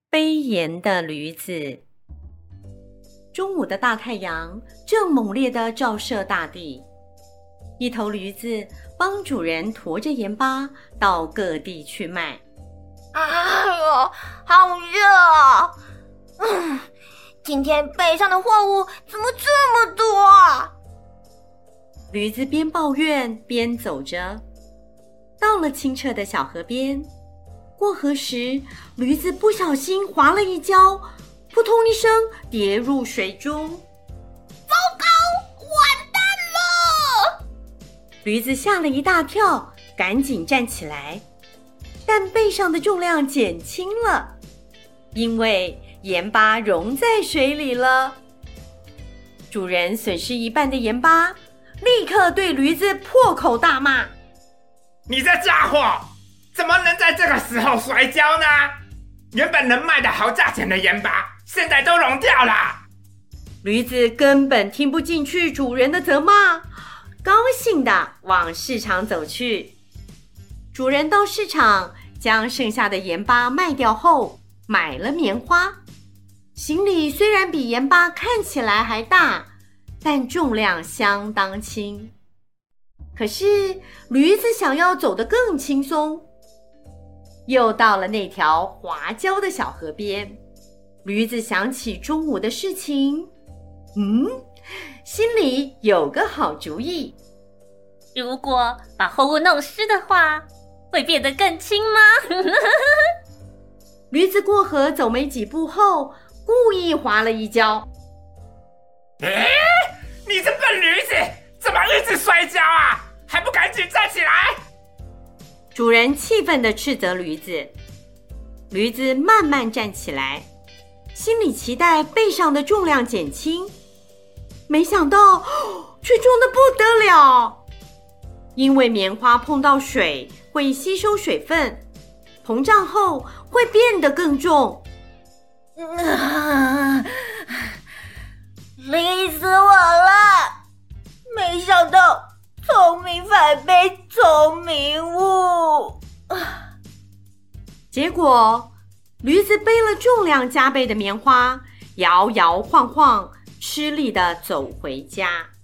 背盐的驴子。中午的大太阳正猛烈地照射大地，一头驴子帮主人驮着盐巴到各地去卖。 哎呦，好热啊！今天背上的货物怎么这么多啊？ 驴子边抱怨边走着，到了清澈的小河边。过河时，驴子不小心滑了一跤，扑通一声跌入水中。 糟糕，完蛋了！ 驴子吓了一大跳，赶紧站起来，但背上的重量减轻了，因为盐巴溶在水里了。主人损失一半的盐巴，立刻对驴子破口大骂： 你这家伙怎么能在这个时候摔跤呢？原本能卖的好价钱的盐巴现在都溶掉了。 驴子根本听不进去主人的责骂，高兴地往市场走去。主人到市场将剩下的盐巴卖掉后，买了棉花。行李虽然比盐巴看起来还大，但重量相当轻。可是驴子想要走得更轻松，又到了那条滑跤的小河边。驴子想起中午的事情，心里有个好主意。 如果把货物弄湿的话，会变得更轻吗？ 驴子过河走没几步后，故意滑了一跤。 你这笨驴子，怎么一直摔跤啊？还不赶紧站起来！ 主人气愤地斥责驴子。驴子慢慢站起来，心里期待背上的重量减轻，没想到却重得不得了。因为棉花碰到水会吸收水分，膨胀后会变得更重。 累死我了！没想到聪明反被聪明误。 结果驴子背了重量加倍的棉花，摇摇晃晃，吃力地走回家。